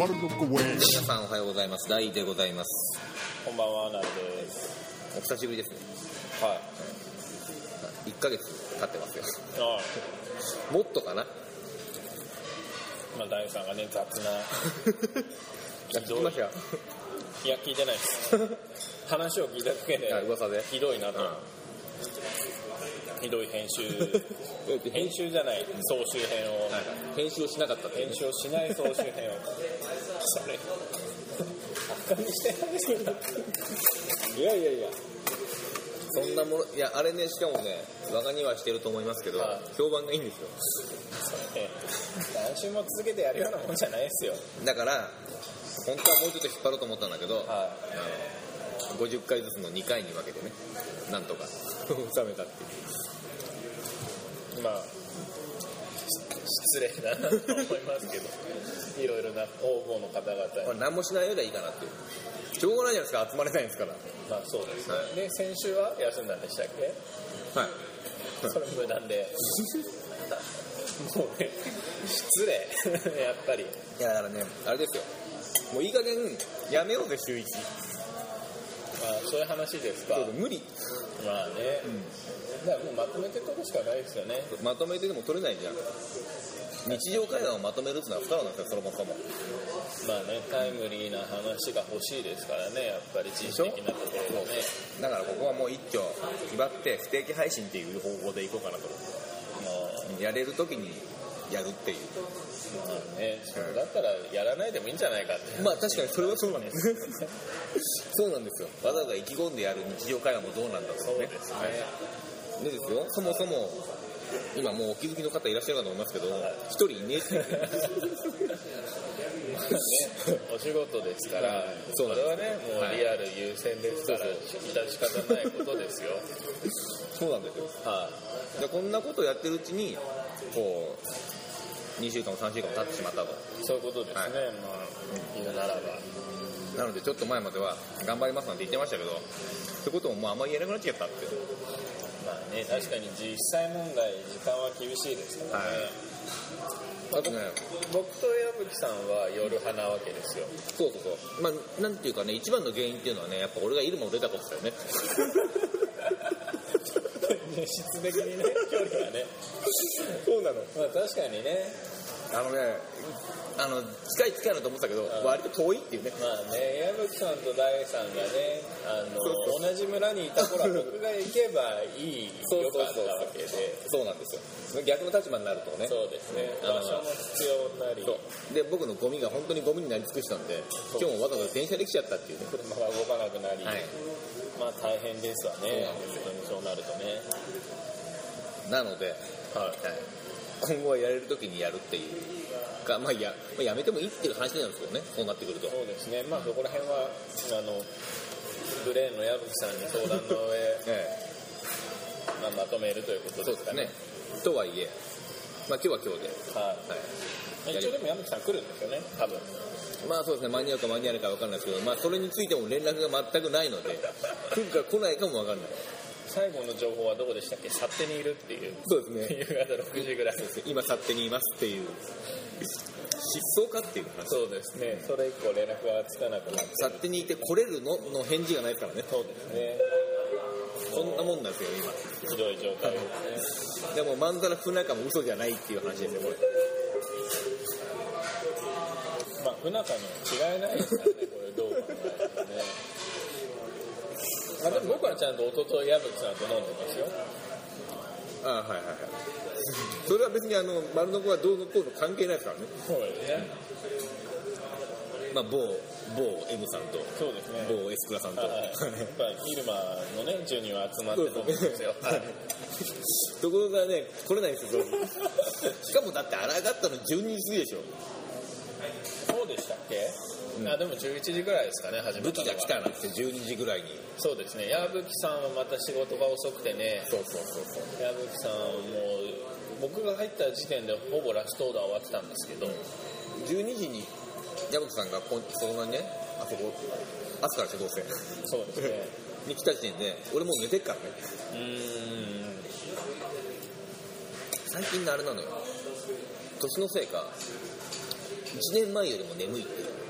丸のこへ。 皆さんおはようございます。大でございます。 こんばんは、なるです。 お久しぶりですね。 はい。 1ヶ月経ってますよ。 あもっとかな。 まあ、大さんがね、雑な。 聞きましたよ。 いや、聞いてないです。話を聞いただけで、 噂でひどいなと。ひどい編集じゃない総集編を、 編集をしなかったっていうね、 編集をしない総集編をそれバカにしてないですよ。 いやそんなもの、いやあれね、しかもね、我がにはしてると思いますけど、評判がいいんですよ。 それ何週も続けてやるようなもんじゃないですよ。 だから本当はもうちょっと引っ張ろうと思ったんだけど、50回ずつの2回に分けてね、なんとか収めたっていう。 まあ失礼だなと思いますけど、いろいろな応募の方々に、 何もしないよりはいいかなっていう。しょうがないじゃないですか、集まれないんですから。 まあそうですね、 はい、 で先週は休んだんでしたっけ。 はい、 それ無断でもうね、失礼やっぱり。 いやだからね、あれですよ、もういい加減やめようぜ週1。 まあそういう話ですか。 無理。 まあね、だからもうまとめて取るしかないですよね。 まとめてでも取れないじゃん。日常会話をまとめるってのは不可能なんですよ、そもそも。 まあね、タイムリーな話が欲しいですからね、やっぱり知識的なところがね。 だからここはもう一挙決まって不定期配信っていう方法でいこうかなと。やれる時にやるっていう。 まあね、それだったらやらないでもいいんじゃないかって。 まあ確かにそれはそうなんですそうなんですよ。わざわざ意気込んでやる日常会話もどうなんだろうね。 そうですね、 でですよ、そもそも今もうお気づきの方いらっしゃるかと思いますけど、一人いねえっていうお仕事ですから、それはね、もうリアル優先ですから、致し方ないことですよ。 そうなんですよ。でこんなことをやってるうちにこう2週間も3週間も経ってしまったと。 そういうことですね、まあ言うならば。 なのでちょっと前までは頑張りますなんて言ってましたけど、ってことももうあんまり言えなくなっちゃったっていう。 まあね、確かに実際問題時間は厳しいですからね。 あとね、 僕と矢吹さんは夜派なわけですよ。 そう。まあなんていうかね、一番の原因っていうのはね、やっぱ俺がいるも出たことだよね。 質的にね、距離がね。 そうなの。 まあ確かにね。 近いなと思ってたけど、割と遠いっていうね。 まあね、矢吹さんと大さんがね、同じ村にいた頃は僕が行けばいいよかったわけで。 そうなんですよ。逆の立場になるとね。 そうですね。場所も必要になり。 で、僕のゴミが本当にゴミになり尽くしたんで、今日もわざわざ電車できちゃったっていうね。 車が動かなくなり、まあ大変ですわね。そうなるとね。 なので、今後はやれるときにやるっていうか、やめてもいいっていう話なんですけどね、そうなってくると。 そうですね、まあそこら辺はブレーンの矢吹さんに相談の上、まとめるということですかね。 とはいえ、今日は今日で、 一応でも矢吹さん来るんですよね、多分。 まあそうですね、間に合うか間に合わないか分かんないですけど、それについても連絡が全くないので、来るか来ないかも分かんない。 最後の情報はどこでしたっけ？幸手にいるっていう。 そうですね。 夕方6時ぐらい。 今幸手にいますっていう。失踪かっていう話。 そうですね。それ以降連絡がつかなくなって。 幸手にいて来れるの返事がないですからね。 そうですね。 そんなもんなんですよ今。 ひどい状態ですね。 でもまんざら不仲も嘘じゃないっていう話ですよこれ。 まあ不仲に違いないですからね、これどう考えてもね。でも僕はちゃんと一昨日矢吹さんと飲んでますよ。 それは別に丸の子はどうのこうの関係ないですからね。 そうですね。 某 M さんと、 そうですね、 某 S クラさんと、 やっぱり入間のね10人は集まって飲むんですよ。 ところがね来れないんですよ。しかもだってあらがったの12時過ぎでしょ。 そうでしたっけ？でも11時ぐらいですかね、始めたのが。 武器が来たなんて12時ぐらいに。 そうですね、矢吹さんはまた仕事が遅くてね。 そう。 矢吹さんも僕が入った時点でほぼラストオーダー終わってたんですけど、 12時に矢吹さんがそのね、あそこ明日からしてどうせそうですねに来た時点で俺もう寝てっからね。最近のあれなのよ、年のせいか1年前よりも眠いっていう。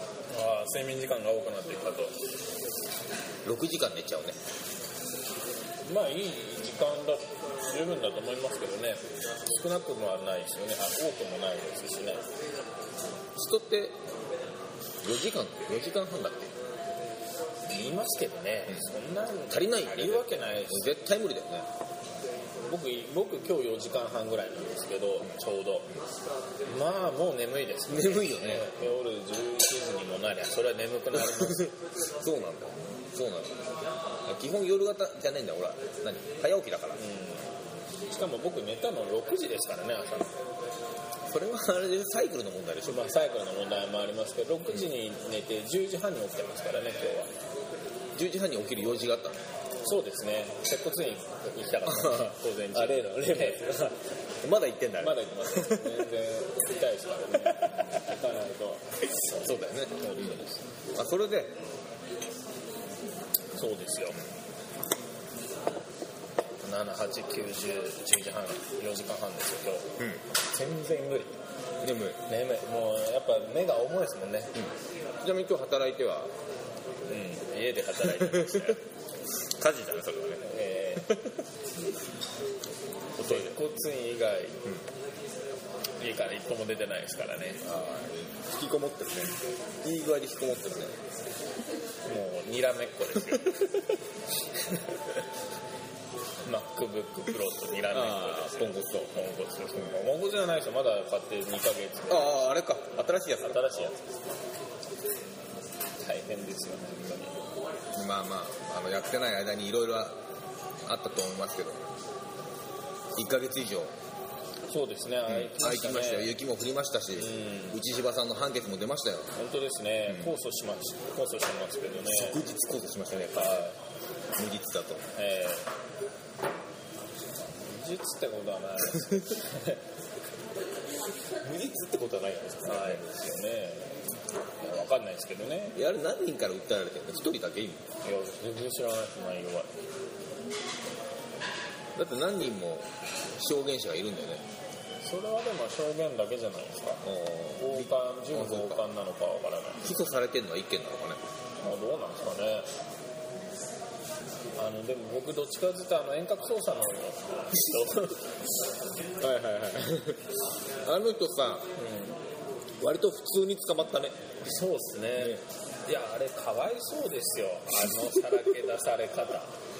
睡眠時間が多くなっていったと。 6時間寝ちゃうね。 まあいい時間だ、十分だと思いますけどね。少なくもはないですよね。多くもないですしね。 人って4時間半だっけ言いますけどね、そんな足りないよね。 足りるわけないです。 絶対無理だよね。 僕今日4時間半ぐらいなんですけど、ちょうどまあもう眠いです、 眠いよね。 夜11時にもなりゃそれは眠くなりますそうなんだ。基本夜型じゃねえんだよ、俺は。早起きだから。 しかも僕寝たの6時ですからね、朝。 それはあれでサイクルの問題でしょ。 まあサイクルの問題もありますけど、6時に寝て10時半に起きてますからね、今日は。 10時半に起きる用事があったの。 そうですね、接骨院行きたかった午前中。 例のまだ行ってんだね。 まだ行ってます。全然痛いですからね。行かないと。 そうだよね。 そうです。 それでそうですよ。7、8、9、10、10時半、4時間半ですよ、今日。全然無理。 眠い。 もうやっぱ目が重いですもんね。 ちなみに今日働いては、 家で働いてますね。 家事だね、それはね。 接骨院以外、家から一歩も出てないですからね。 引きこもってるね。いい具合で引きこもってるね。 もうにらめっこですよ。MacBook Pro とにらめっこです。 ポンコツと。 ポンコツじゃないですよ。まだ買って2ヶ月。 あれか。新しいやつ。 新しいやつです。大変ですよ、本当に。 まあやってない間にいろいろあったと思いますけど、1ヶ月以上。 そうですね、 空きましたよ。雪も降りましたし、内柴さんの判決も出ましたよ。 本当ですね、控訴してますけどね。 即日控訴しましたね。無実だと。 無実ってことはないです無実ってことはないんですか。 ないですよね。わかんないですけどね。 あれ何人から訴えられてるの？1人だけ？いや全然知らないです、内容は。 だって何人も証言者がいるんだよね。 それはでも証言だけじゃないですか。準強姦なのかわからない。 起訴されてるのは1件なのかね。 どうなんですかね。でも僕どっちかずっと遠隔操作の人はいあの人さ、割と普通に捕まったね。 そうですね。いやあれかわいそうですよ、さらけ出され方。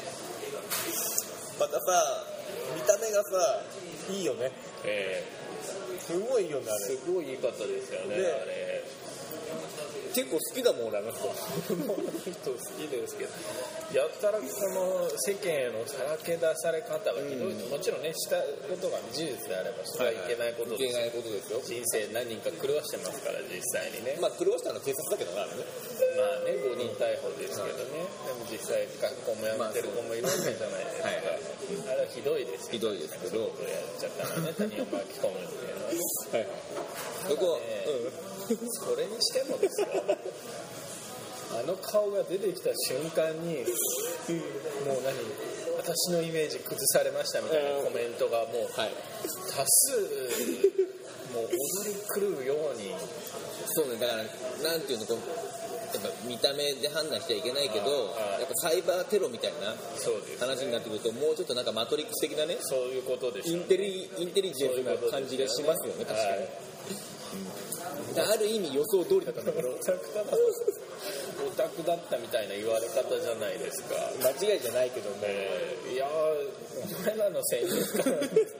またさ、見た目がさいいよね。すごいいいよね、あれ。 すごいいい方ですよね、あれ。 結構好きだもん、俺あの人。 あの人好きですけど、やったらこの世間へのさらけ出され方がひどい。もちろんね、したことが事実であればそれはいけないことです。 いけないことですよ。 人生何人か狂わしてますから、実際にね。 狂わしたのは警察だけどな、あれね。 まあね、5人逮捕ですけどね。でも実際学校も辞めてる子もいるわけじゃないですか。あれはひどいですよ。 ひどいですけど、 そういうことやっちゃったらね、他人を巻き込むっていうのはね。 そこ、 それにしてもですよ、あの顔が出てきた瞬間に、もう私のイメージ崩されましたみたいなコメントがもう多数、もう踊り狂うように。 そうね、だからなんていうの、やっぱ見た目で判断しちゃいけないけど、やっぱサイバーテロみたいな話になってくると、もうちょっとなんかマトリックス的なね、 そういうことでしょうね。 インテリジェンスな感じがしますよね、確かに。ある意味予想通りだったんだけど、 オタクだったみたいな言われ方じゃないですか。 間違いじゃないけどね。 いやー、お前らのせいですから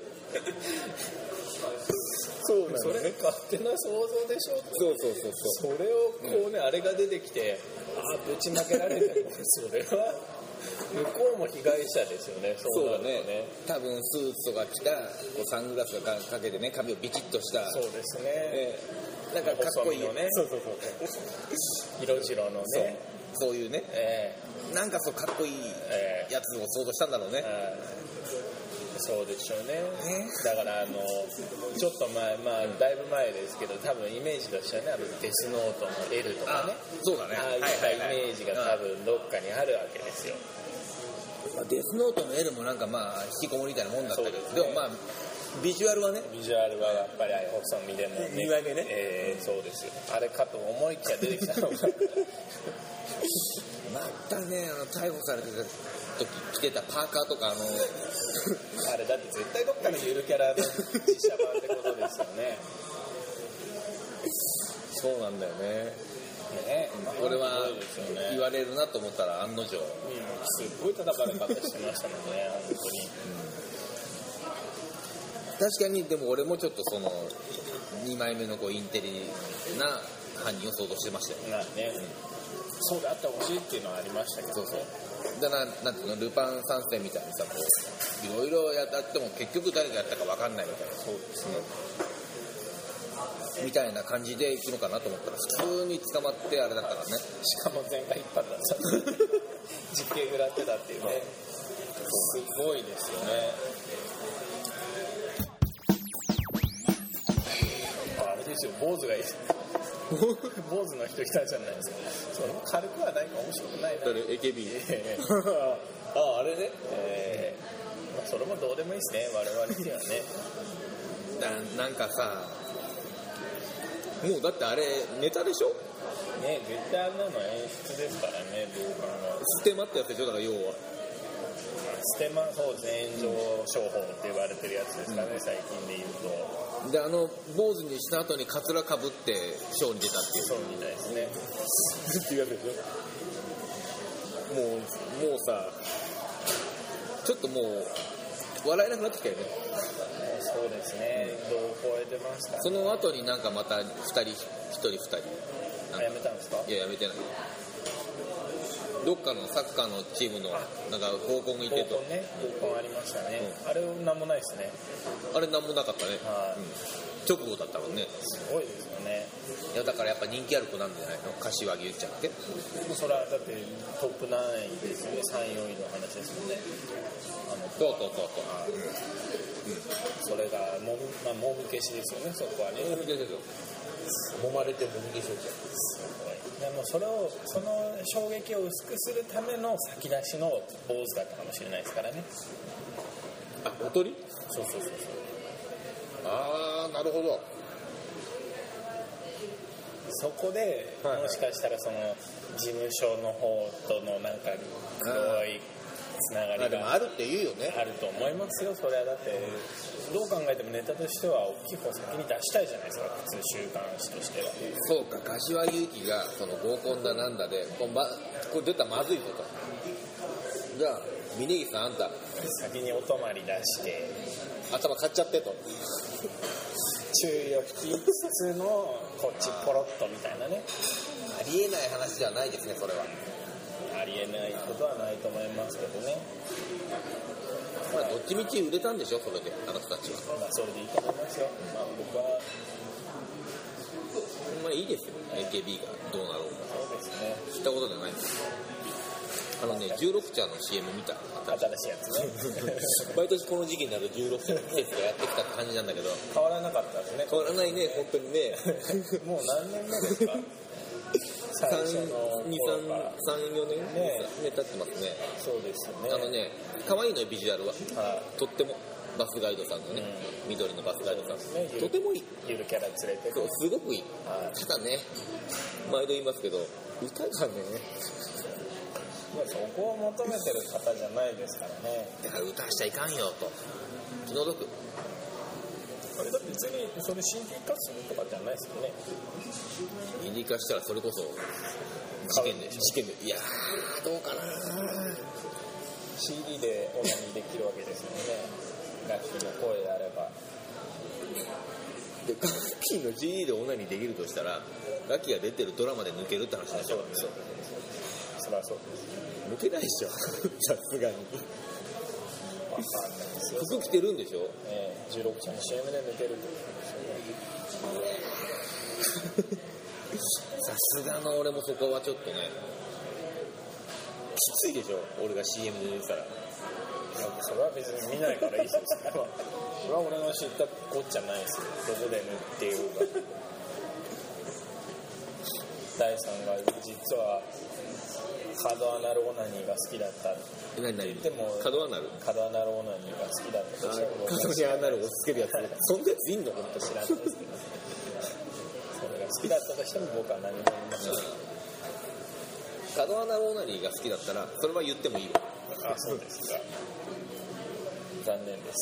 そうなんだね。 それ勝手な想像でしょ。 そうそれをこうね、あれが出てきて、ぶちまけられてもそれは向こうも被害者ですよね。 そうだね。多分スーツとか着た、こうサングラスがかけてね、髪をビチッとした。 そうですね。 なんかかっこいいよね。 色白のね。 そういうね。なんかそうかっこいいやつを想像したんだろうね。 そうでしょうね。だからちょっと前、だいぶ前ですけど、多分イメージとしてはね、デスノートの L とかね、 そうだね。 ああいったイメージが多分どっかにあるわけですよ。 デスノートの L もなんか引きこもりみたいなもんだったけど、でもビジュアルはね、 ビジュアルはやっぱり細身でもね、 2枚目ね、 そうですよ。あれかと思いきや出てきたのがまたね、逮捕されてた時着てたパーカーとかあれだって絶対どっかのゆるキャラの実写版ってことですよね。 そうなんだよね。これは言われるなと思ったら案の定、すごい叩かれ方してましたもんね、本当に。 確かに。でも俺もちょっとその2枚目のインテリな犯人を想像してましたよね。 そうであってほしいっていうのはありましたけど、 そうだからなんていうの、ルパン三世みたいにさ、いろいろやっても結局誰がやったか分かんないみたいな、そうですね、みたいな感じでいくのかなと思ったら普通に捕まってあれだったからね。 しかも前回一発だった実刑食らってたっていうね、すごいですよね。あれですよ、坊主がいい坊主の人いたじゃないですか。それも軽くはないか面白くないな。 AKB あれね、 それもどうでもいいですね、我々にはね。 なんかさ、もうだってあれネタでしょね、絶対あんなの演出ですからね、動画がステマってやつでしょ。だから要はステマ、そうですね、炎上商法って言われてるやつですかね、最近で言うと。 で坊主にした後にカツラかぶってショーに出たっていう。 そうみたいですね。 っていうやつでしょ。もうさ、ちょっともう笑えなくなってきたよね。 そうですね、度を超えてましたね。 その後になんかまた1人2人やめたんですか？ いや、やめてない。どっかのサッカーのチームのなんか合コンに行ってと。 合コンありましたね。あれなんもないですね。 あれなんもなかったね。直後だったもんね。 すごいですよね。 いやだからやっぱ人気ある子なんじゃないの、柏木由紀ちゃんって。 それはだってトップ9位ですよね、3位4位の話ですもんね。 そう、 それがもみ消しですよね、そこはね。 もみ消しですよ。揉まれてもみ消しですよ。 でもその衝撃を薄くするための先出しの坊主だったかもしれないですからね。 おとり？ そう。 ああ、なるほど。 そこで、もしかしたらその事務所の方とのなんか黒いつながりがあるって言うよね。 あると思いますよ。それはだってどう考えてもネタとしては大きい方先に出したいじゃないですか、普通週刊誌としては。 そうか、柏木由紀がその合コンだなんだでこれ出たらまずいぞと。じゃあ峯岸さん、あんた先にお泊まり出して頭買っちゃってと注意を引きつつのこっちポロッとみたいなね。 ありえない話ではないですね、それは。 ありえないことはないと思いますけどね。 まあどっちみち売れたんでしょ、それであの人たちは。 それでいいと思いますよ。僕はまあいいですよ、AKB がどうなろうか。 そうですね。 知ったことじゃないんですよ。16茶の CM 見た？ 新しいやつね。 毎年この時期になる16茶の季節がやってきた感じなんだけど、 変わらなかったですね。 変わらないね、本当にね。 もう何年目ですか？3、4 年ね経ってますね。 そうですよね。 可愛いのよ、ビジュアルは。とっても。バスガイドさんのね、緑のバスガイドさん、とてもいい。 ゆるキャラ連れて、 そう、すごくいい。ただね、毎度言いますけど、歌がね、 そこを求めてる方じゃないですからね。 だから歌しちゃいかんよと気の毒。 あれだって別にそれ CD 化するとかじゃないですよね。 CD 化したらそれこそ事件でいやーどうかな。 CD でオナニーできるわけですよね、楽器の声であれば。 で楽器の CD でオナニーできるとしたら、ラッキーが出てるドラマで抜けるって話でしょ。 そりゃそうです。 抜けないでしょさすがに。服着てるんでしょ。 16ちゃんの CM で抜けるってことですよね。 さすがの俺もそこはちょっとねきついでしょ、俺が CM で出てたら。 それは別に見ないからいいですよ。それは俺の知ったこっちゃないですよ、どこで塗っていうか。第3が実はカドアナルオナニーが好きだったって言ってもカドアナルオナニーが好きだったとしてもカドアナルをつけるやつそんなやついんの？ 本当知らないですけどそれが好きだったとしても僕は何も言いません。 カドアナルオナニーが好きだったらそれは言ってもいいわ。 あ、そうですか。残念です。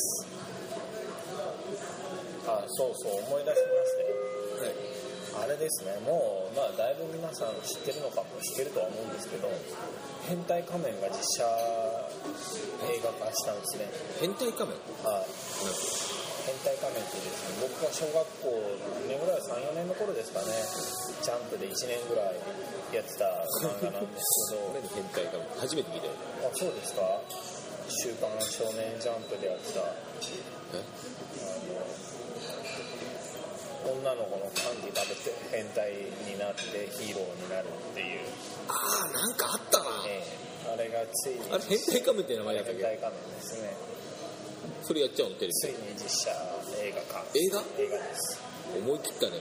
あ、そうそう思い出しましたよ、はい、あれですね、もう、まあ、だいぶ皆さん知ってるのかも知ってるとは思うんですけど、変態仮面が実写映画化したんですね。 変態仮面？ はい、変態仮面ってですね、僕が小学校何年ぐらい、3、4年の頃ですかね、ジャンプで1年ぐらいやってた漫画なんですけど何変態仮面初めて聞いたよ。 あ、そうですか。週刊少年ジャンプでやってた女の子のパンティ食べて変態になってヒーローになるっていう。 ああ、なんかあったな、 あれがついにあれ変態仮面って名前だったっけ？ 変態仮面ですね。 それやっちゃうのテレビついに実写映画化。 映画です。 思い切ったね。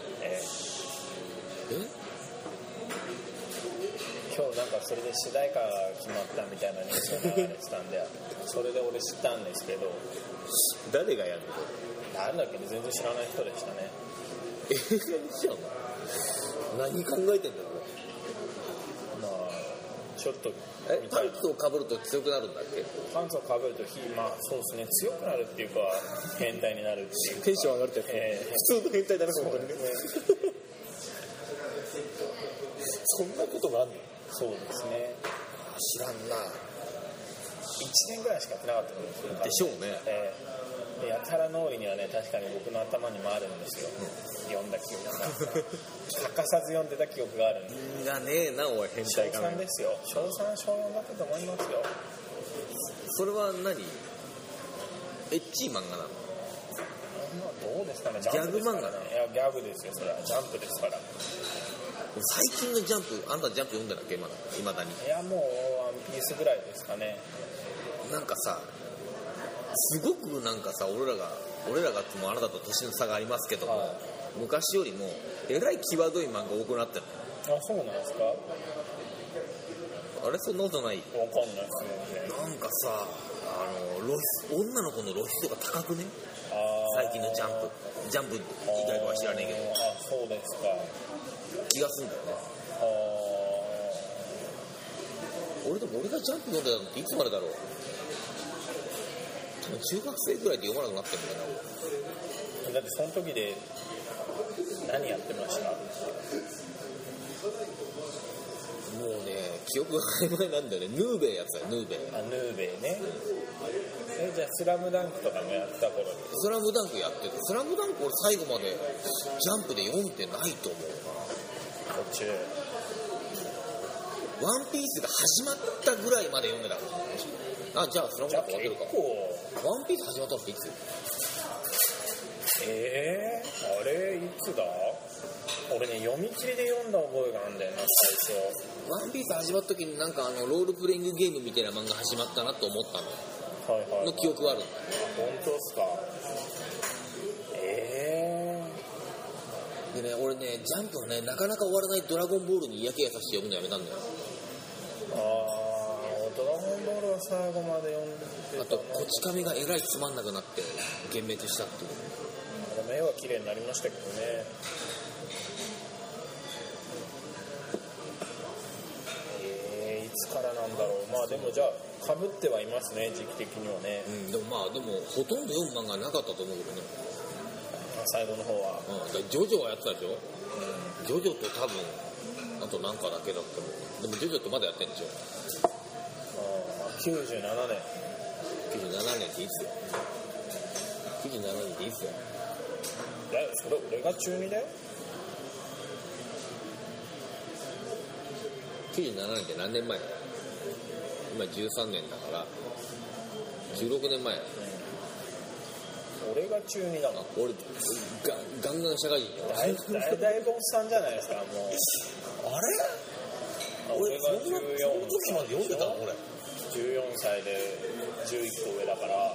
今日なんかそれで主題歌が決まったみたいなニュースが流れてたんでそれで俺知ったんですけど、 誰がやるの？ なんだっけね、全然知らない人でしたね。 映画にしちゃうの？何考えてんだろう。 まあちょっとパンツをかぶると強くなるんだっけ？ パンツをかぶるとまあそうですね、強くなるっていうか変態になるっていうテンション上がるってやつ、普通の変態だな、 そうですねそんなことがあんの？ そうですね、 知らんな。 1年ぐらいしかやってなかったんですよ。 でしょうね。 やたら脳裏にはね、確かに僕の頭にもあるんですよ、読んだ記憶が欠かさず読んでた記憶があるんで。 がねえな、おい、変態小3ですよ。小3小4だったと思いますよ。 それは何？エッチー漫画なの？ どうですかね、 ギャグ漫画なの？ いやギャグですよ、それはジャンプですから。 最近のジャンプ、あんたジャンプ読んでなきゃいまだに。 いやもうワンピースぐらいですかね。 なんかさ、すごくなんかさ、俺らがってもあなたと年の差がありますけども、昔よりもえらい際どい漫画多くなってるの。あ、そうなんですか？ あれ、そんなことない？ わかんないですね。 なんかさ、女の子の露出度が高くね？最近のジャンプ以外は知らねえけど。 あ、そうですか。 気がするんだよね。俺がジャンプ読んでたのっていつまでだろう。多分中学生ぐらいで読まなくなってるんだよな。 だってその時で何やってました？ もうね、記憶が曖昧なんだよね。ヌーベイやつだよ、ヌーベイ。 あ、ヌーベイね。じゃあスラムダンクとかもやった頃に。 スラムダンクやってて、スラムダンク俺最後までジャンプで読んでないと思うな。 途中ワンピースが始まったぐらいまで読んでた。あ、じゃあスラムダンク終わってるか。ワンピース始まったのっていつ？ あれいつだ？俺ね、読み切りで読んだ覚えがあるんだよな、最初。 ワンピース始まった時になんかロールプレイングゲームみたいな漫画始まったなと思ったのの記憶があるんだよ。 本当ですか？ でね、俺ね、ジャンプはね、なかなか終わらないドラゴンボールに嫌気がさして読むのやめたんだよ。 ドラゴンボールは最後まで読んでた。 あとこち亀がえらいつまんなくなって幻滅したっていう。 目は綺麗になりましたけどね。いつからなんだろう。まあでもじゃあかぶってはいますね、時期的にはね。 でもほとんど読む漫画なかったと思うけどね、 最後の方は。 ジョジョはやってたでしょ。ジョジョと多分あとなんかだけだったもん。でもジョジョってまだやってんでしょ。 97年っていつよ。97年っていつよ。 それ俺が中2だよ。 97年って何年前？今13年だから16年前。 俺が中2だもん。 俺ガンガン社会人よ。 だいぶおっさんじゃないですか、もう。 あれ？俺が14歳。その時まで読んでたの俺。 14歳で11個上だから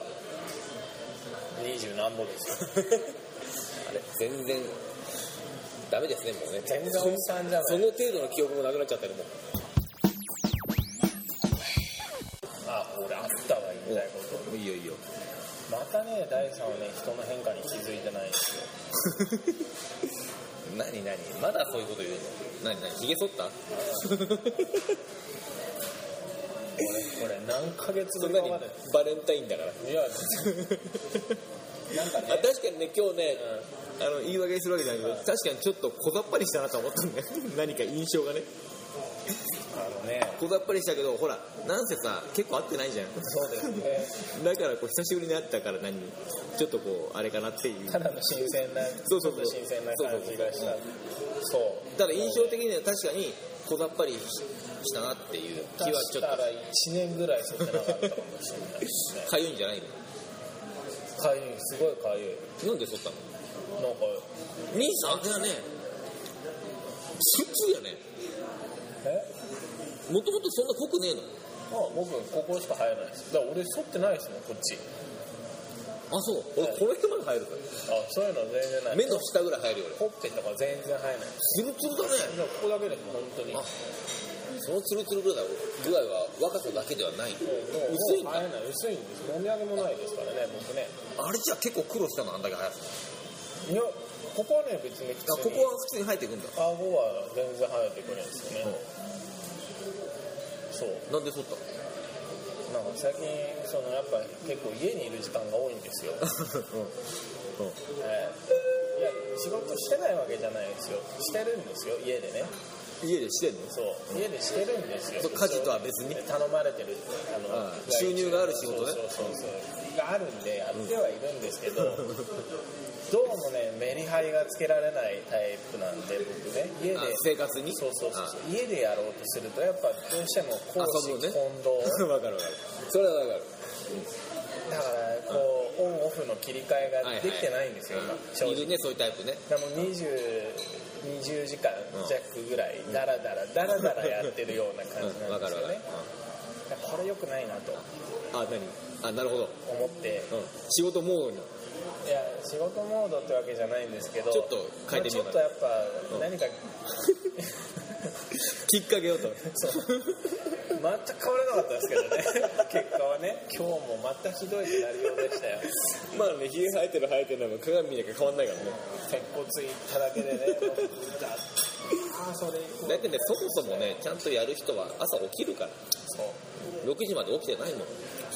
20何本ですよ。 あれ全然ダメですね、もうね。 全然おっさんじゃない。 その程度の記憶もなくなっちゃったね、もう。 言いたいこと。 いいよいいよ。 またね、大さんはね、人の変化に気づいてないんですよ。 何まだそういうこと言うの？何ひげ剃った？ これ何ヶ月ぶりかまでバレンタインだから。 いやなんかね、 確かにね、今日ね、言い訳するわけじゃないけど、確かにちょっと小ざっぱりしたなと思ったんだよ。何か印象がね。小ざっぱりしたけど、ほら、なんせさ、結構会ってないじゃん。 そうですね。 だからこう久しぶりに会ったからちょっとこうあれかなっていう。 ただの新鮮な、 そう新鮮な感じがした。そう。 ただ印象的には確かに小ざっぱりしたなっていう気はちょっと。 だから1年ぐらい剃ってなかったかもしれないですね。 かゆいんじゃないの？ かゆい、すごいかゆい。 なんで剃ったの？ なんか兄さんあれだね、ツルツルやね。もともとそんな濃くねえの？ 僕ここしか生えないです。だから俺剃ってないですもん、こっち。 あ、そう。俺この辺まで生えるから。 そういうの全然ない。 目の下ぐらい生えるよ俺。 ほっぺとか全然生えない。 ツルツルだね。 ここだけです本当に。 そのツルツル具合は若さだけではない。 薄いんだ。薄いんです。もみあげもないですからね、僕ね。 あれじゃ結構苦労したの、あんだけ生やす。 いや、ここはね別に普通に。 ここは普通に生えていくんだ。 顎は全然生えてくるんですよね。そう。 なんで剃ったの？ なんか最近やっぱ結構家にいる時間が多いんですよ。いや仕事してないわけじゃないですよ。してるんですよ、家でね。 家でしてんの？ そう、家でしてるんですよ。 家事とは別に頼まれてる収入がある仕事ね。 そうがあるんでやってはいるんですけど、どうもねメリハリがつけられないタイプなんで、僕ね、家で生活にそう家でやろうとするとやっぱどうしても公私混同。 わかるそれはわかる。 だからこうオンオフの切り替えができてないんですよ、今正直。いるね、そういうタイプね。 でも20時間弱ぐらいダラダラやってるような感じなんですよね。これ良くないなと。 なるほど。 思って、 仕事モードに。 いや仕事モードってわけじゃないんですけど、 ちょっと変えてみようかな。 ちょっとやっぱ何かきっかけをと。 そう。全く変わらなかったですけどね。結果はね、今日もまたひどいシナリオでしたよ。 まあね、ひげ生えてるのも鏡見なきゃ変わんないからね。 鉄骨いっただけでね。それだってね、そもそもね、ちゃんとやる人は朝起きるから。そう6時まで起きてないもん。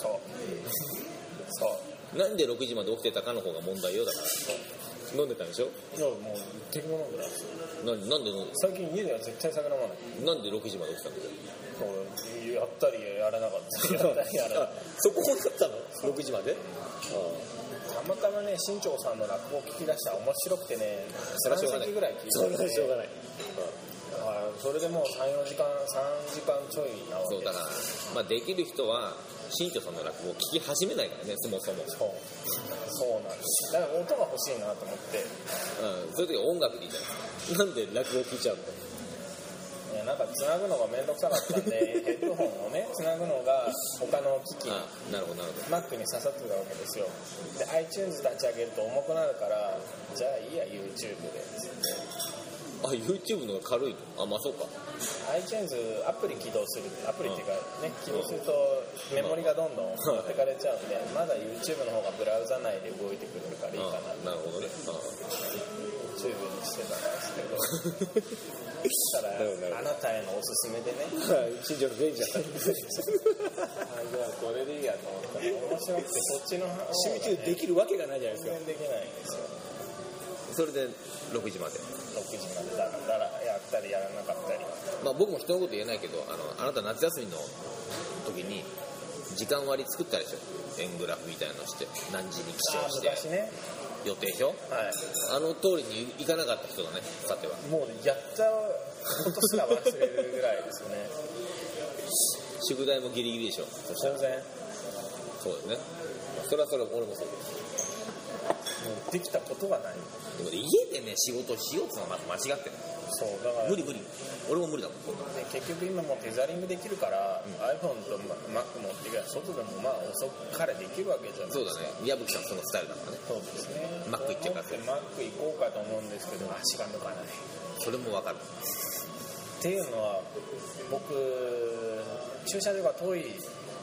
そうなんで6時まで起きてたかの方が問題よ。だから飲んでたんでしょ？ いやもう敵も飲んでないですよ。 なんで飲んで？ 最近家では絶対酒飲まない。 なんで6時まで起きたんだよ。 やったりやらなかったり。 そこだったの？6時まで？ たまたまね、新潮さんの落語を聞き出したら面白くてね、 それはしょうがない。 3席ぐらい聞いてて、 それはしょうがない。 それでもう3時間ちょいなわけ。 そうだから、できる人は新潮さんの落語を聞き始めないからね、そもそも。 そうなんです。だから音が欲しいなと思って。 そういう時は音楽でいいじゃん。なんで落語を聞いちゃうの？ なんかつなぐのがめんどくさかったんでヘッドホンをねつなぐのが他の機器なるほど Mac に刺さってたわけですよ。で iTunes 立ち上げると重くなるからじゃあいいや YouTube で YouTube のが軽いの？まあそうか。 iTunes アプリ起動するアプリっていうかね起動するとメモリがどんどん持ってかれちゃうんでまだ YouTube の方がブラウザ内で動いてくれるからいいかな。 なるほどね。 YouTube にしてたんですけどただあなたへのおすすめでね新庄のベンチだったんですこれでいいやと思ったら面白くてそっちの方が、ね、 集中できるわけがないじゃないですか。 全然できないんですよ。 それで6時までだらやったりやらなかったり、 僕も人のこと言えないけどあなた夏休みの時に時間割作ったでしょ。円グラフみたいなのして何時に起床して昔ね予定表、あの通りに行かなかった人がねさてはもうやったことすら忘れるぐらいですよね宿題もギリギリでしょ。 全然そうだよね。それは俺もそう。 もうできたことがない。 でも家でね仕事しようってのはまず間違ってる。 そうだから無理俺も無理だもん。 で結局今もうテザリングできるから、iPhone と Mac 持っていけば外でも遅かれできるわけじゃないですか。 そうだね。矢吹さんそのスタイルだからね。 そうですね。 Mac 行っちゃうから。 Mac 行こうかと思うんですけど足が向かない。 それも分かる。 っていうのは僕駐車場が遠い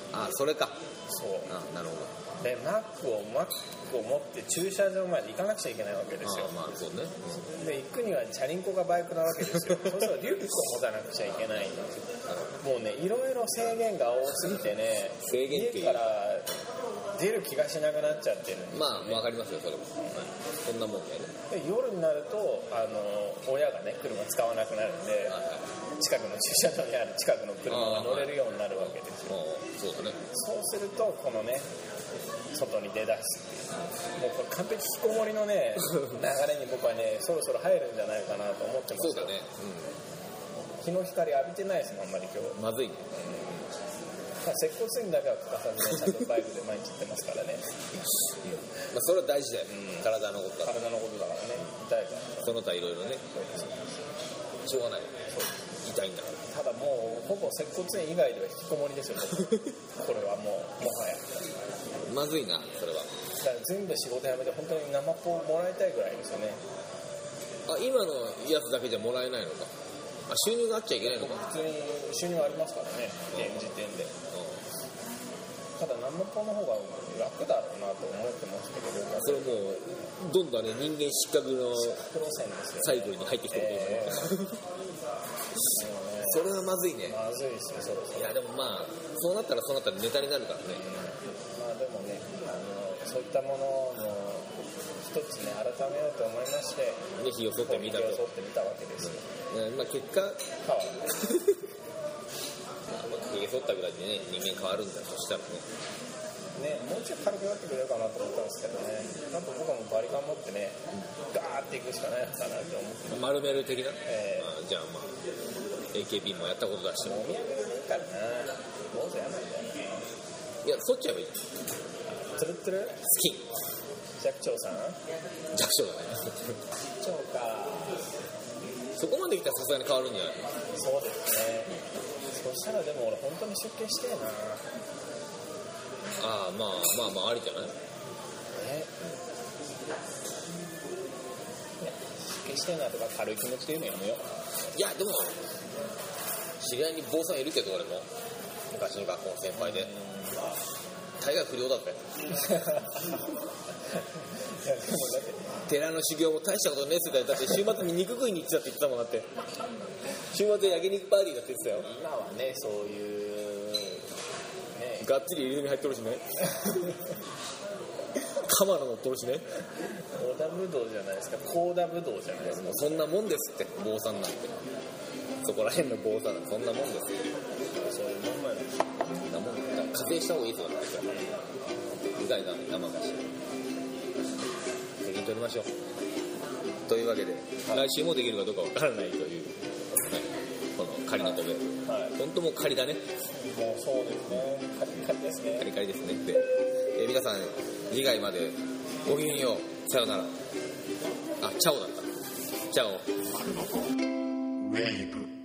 あ、それか。 そう。 あ、なるほど。 でマックを持って駐車場まで行かなくちゃいけないわけですよ。 あ、まあそうね。 で行くにはチャリンコがバイクなわけですよ。そうするとリュックを持たなくちゃいけないんですよ。もうね、いろいろ制限が多すぎてね、 制限って家から出る気がしなくなっちゃってるんですよ、ね。 まあわかりますよ、それも。そんなもんだよね。 で夜になると親がね車使わなくなるんで、近くの駐車場にある近くの車が乗れるようになるわけですよ。 そうだね。 そうするとこのね外に出だすっていう、もうこれ完璧引きこもりのね流れに僕はねそろそろ入るんじゃないかなと思ってますよ。 そうだね。 日の光浴びてないですもん、あんまり今日。 まずいね。 接骨院だけは欠かさずね、ちゃんとバイクで毎日行ってますからね。 まあそれは大事だよ。体のことだ。 体のことだからね、痛いから。 その他いろいろね。しょうがない。痛いんだから。 ただもうほぼ接骨院以外では引きこもりですよこれはもはやまずいな、それは。 だから全部仕事辞めて本当に生ポをもらいたいぐらいですよね。 あ、今のやつだけじゃもらえないのか。あ、収入があっちゃいけないのか。 普通に収入ありますからね、現時点で。ただ生ポの方が楽だろうなと思ってますけど、 それもうどんどんね、人間失格のサイクルに入ってきてるというか、それはまずいね。 まずいですね、そろそろ。 いやでもまあそうなったらネタになるからね。 まあでもね、そういったものの一つね改めようと思いまして、 ね、火を剃ってみたと。 火を剃ってみたわけですよ。 まあ結果変わる。 ひげ剃ったぐらいでね、人間変わるんだとしたらね、もうちょい軽くなってくれるかなと思ったんですけどね、なんと僕はもうバリカン持ってね、ガーっていくしかないのかなって思って。 丸める的な、じゃあまあ AKB もやったことだし、 お土産でいいからな、坊主やなんだよね。 いや、剃っちゃえばいい。 ツルツルスキン寂聴さん、 弱小だね。 寂聴か。 そこまで来たらさすがに変わるんじゃない？ そうですね。そしたらでも俺本当に出家してえな。 ああ、まあありじゃない？ 出家してえなとか軽い気持ちで言うのやめよう。 いやでも知り合いに坊さんいるけど、俺も昔の学校の先輩で大概不良だったよ。 いやでもだって寺の修行も大したことねえっすよ。だって週末に肉食いに行ってたって言ってたもん。だって週末焼肉パーティーだって言ってたよ。 今はね、そういうね、 がっつり入り組入っとるしね。カマロ乗っとるしね。 オダブドウじゃないですか、コーダブドウじゃないですか。 もうそんなもんですって、坊さんなんて。そこら辺の坊さんなんてそんなもんですよ。 そういうもんなんです。 そんなもんだから課税した方がいいとかって言ってうがいが生菓子責任取りましょうというわけで、来週もできるかどうかわからないという、この仮の戸部、本当もう仮だね。 もうそうですね、カリですね。 カリですね。で、皆さん次回までごきげんよう、さよなら。あ、チャオだった。チャオ。 ウェーブ